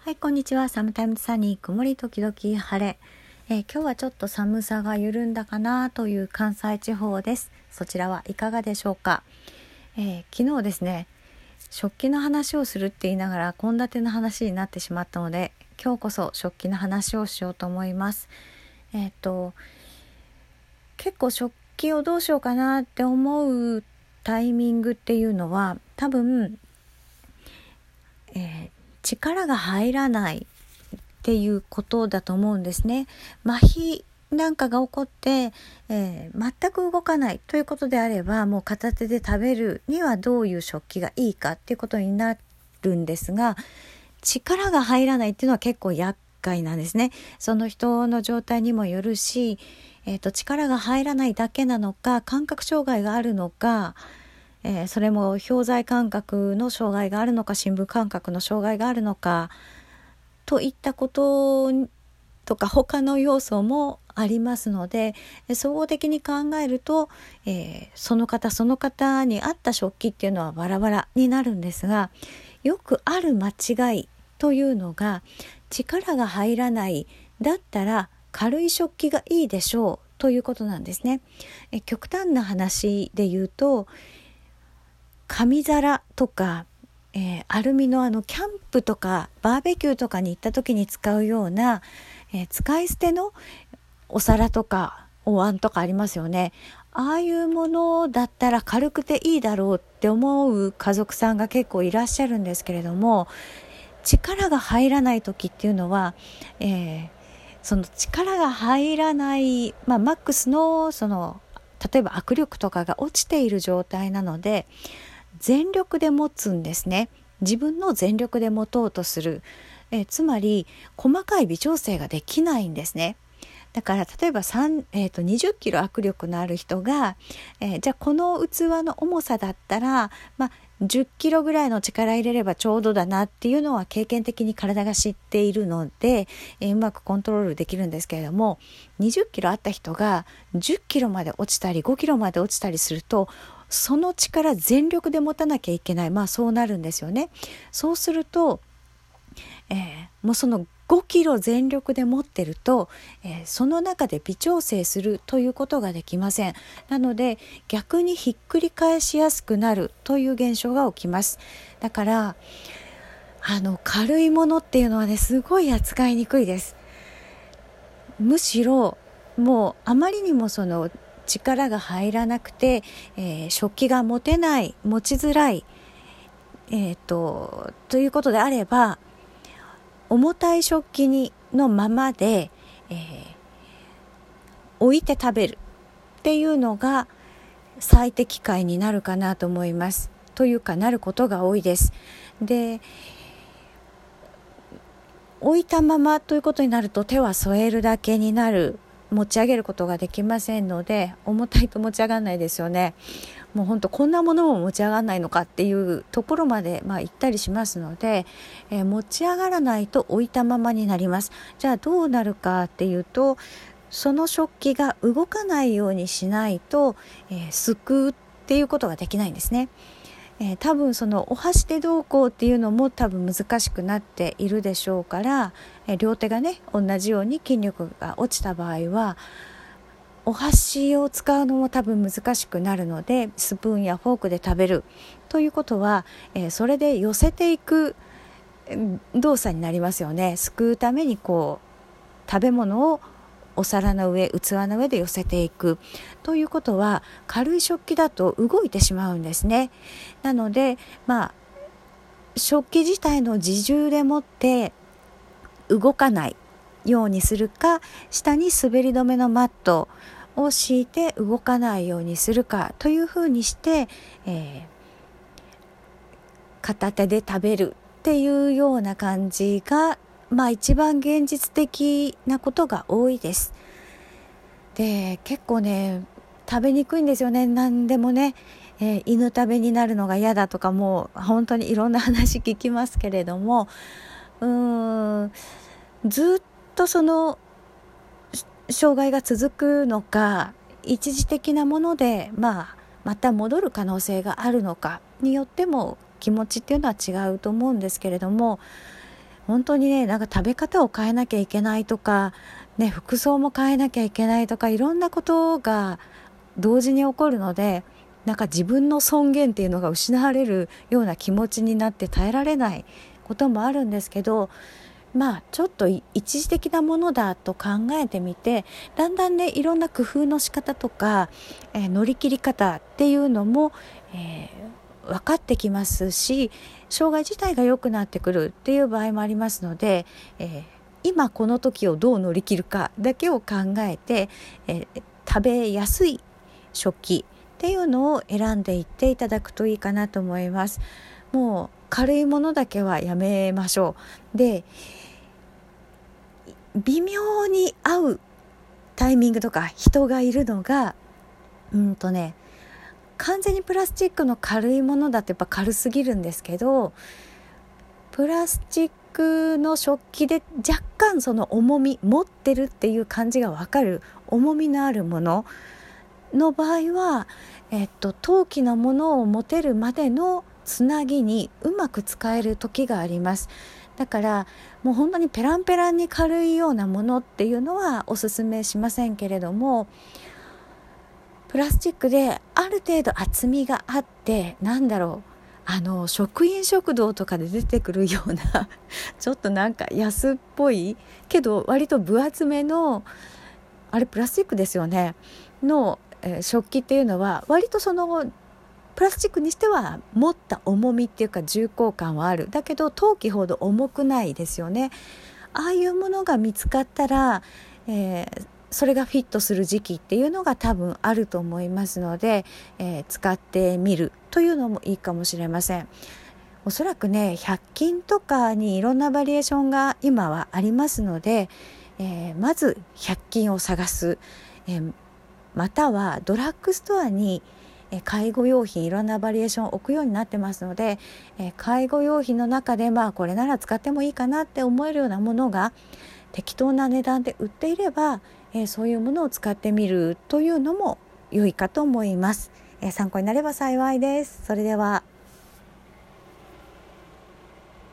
はい、こんにちは。サムタイムズサニー、曇り時々晴れ。今日はちょっと寒さが緩んだかなという関西地方です。そちらはいかがでしょうか。昨日ですね、食器の話をするって言いながら献立の話になってしまったので、今日こそ食器の話をしようと思います。結構食器をどうしようかなって思うタイミングっていうのは多分、力が入らないっていうことだと思うんですね。麻痺なんかが起こって、全く動かないということであれば、もう片手で食べるにはどういう食器がいいかっていうことになるんですが、力が入らないっていうのは結構厄介なんですね。その人の状態にもよるし、力が入らないだけなのか、感覚障害があるのか、それも表材感覚の障害があるのか、深部感覚の障害があるのかといったこととか他の要素もありますので、総合的に考えると、その方その方に合った食器っていうのはバラバラになるんですが、よくある間違いというのが、力が入らないだったら軽い食器がいいでしょうということなんですね。極端な話で言うと、紙皿とか、アルミのキャンプとかバーベキューとかに行った時に使うような、使い捨てのお皿とかお椀とかありますよね。ああいうものだったら軽くていいだろうって思う家族さんが結構いらっしゃるんですけれども、力が入らない時っていうのは、その力が入らない、マックスの例えば握力とかが落ちている状態なので、全力で持つんですね。自分の全力で持とうとする、つまり細かい微調整ができないんですね。だから例えば20キロ握力のある人が、じゃあこの器の重さだったら、10キロぐらいの力入れればちょうどだなっていうのは経験的に体が知っているので、うまくコントロールできるんですけれども、20キロあった人が10キロまで落ちたり5キロまで落ちたりすると、その力全力で持たなきゃいけない。そうなるんですよね。そうすると、もうその5キロ全力で持ってると、その中で微調整するということができません。なので逆にひっくり返しやすくなるという現象が起きます。だから軽いものっていうのはね、すごい扱いにくいです。むしろもうあまりにもその力が入らなくて、食器が持てない、持ちづらい、ということであれば、重たい食器のままで、置いて食べるっていうのが最適解になるかなと思います。というか、なることが多いです。で、置いたままということになると、手は添えるだけになる、持ち上げることができませんので、重たいと持ち上がらないですよね。もう本当こんなものも持ち上がらないのかっていうところまで行ったりしますので、持ち上がらないと置いたままになります。じゃあどうなるかっていうと、その食器が動かないようにしないと、すくうっていうことができないんですね。多分そのお箸でどうこうっていうのも多分難しくなっているでしょうから、両手がね同じように筋力が落ちた場合はお箸を使うのも多分難しくなるので、スプーンやフォークで食べるということは、それで寄せていく動作になりますよね。すくうために食べ物をお皿の上、器の上で寄せていくということは、軽い食器だと動いてしまうんですね。なので、食器自体の自重でもって動かないようにするか、下に滑り止めのマットを敷いて動かないようにするかというふうにして、片手で食べるっていうような感じが、一番現実的なことが多いです。で、結構ね、食べにくいんですよね。何でもね、犬食べになるのが嫌だとか、もう本当にいろんな話聞きますけれども、ずっとその障害が続くのか、一時的なもので、また戻る可能性があるのかによっても気持ちっていうのは違うと思うんですけれども、 本当にね、なんか食べ方を変えなきゃいけないとか、ね、服装も変えなきゃいけないとか、いろんなことが同時に起こるので、なんか自分の尊厳っていうのが失われるような気持ちになって耐えられないこともあるんですけど、ちょっと一時的なものだと考えてみて、だんだんね、いろんな工夫の仕方とか、乗り切り方っていうのも、分かってきますし、障害自体が良くなってくるっていう場合もありますので、今この時をどう乗り切るかだけを考えて、食べやすい食器っていうのを選んでいっていただくといいかなと思います。もう軽いものだけはやめましょう。で、微妙に合うタイミングとか人がいるのが、完全にプラスチックの軽いものだとやっぱ軽すぎるんですけど、プラスチックの食器で若干その重み、持ってるっていう感じが分かる重みのあるものの場合は、陶器のものを持てるまでのつなぎにうまく使える時があります。だからもう本当にペランペランに軽いようなものっていうのはおすすめしませんけれども、プラスチックである程度厚みがあって、職員食堂とかで出てくるようなちょっとなんか安っぽいけど割と分厚めの、あれプラスチックですよねの、食器っていうのは割とそのプラスチックにしては持った重みっていうか重厚感はある。だけど陶器ほど重くないですよね。ああいうものが見つかったら、それがフィットする時期っていうのが多分あると思いますので、使ってみるというのもいいかもしれません。おそらくね、100均とかにいろんなバリエーションが今はありますので、まず100均を探す、またはドラッグストアに介護用品いろんなバリエーションを置くようになってますので、介護用品の中でこれなら使ってもいいかなって思えるようなものが適当な値段で売っていれば、そういうものを使ってみるというのも良いかと思います。参考になれば幸いです。それでは。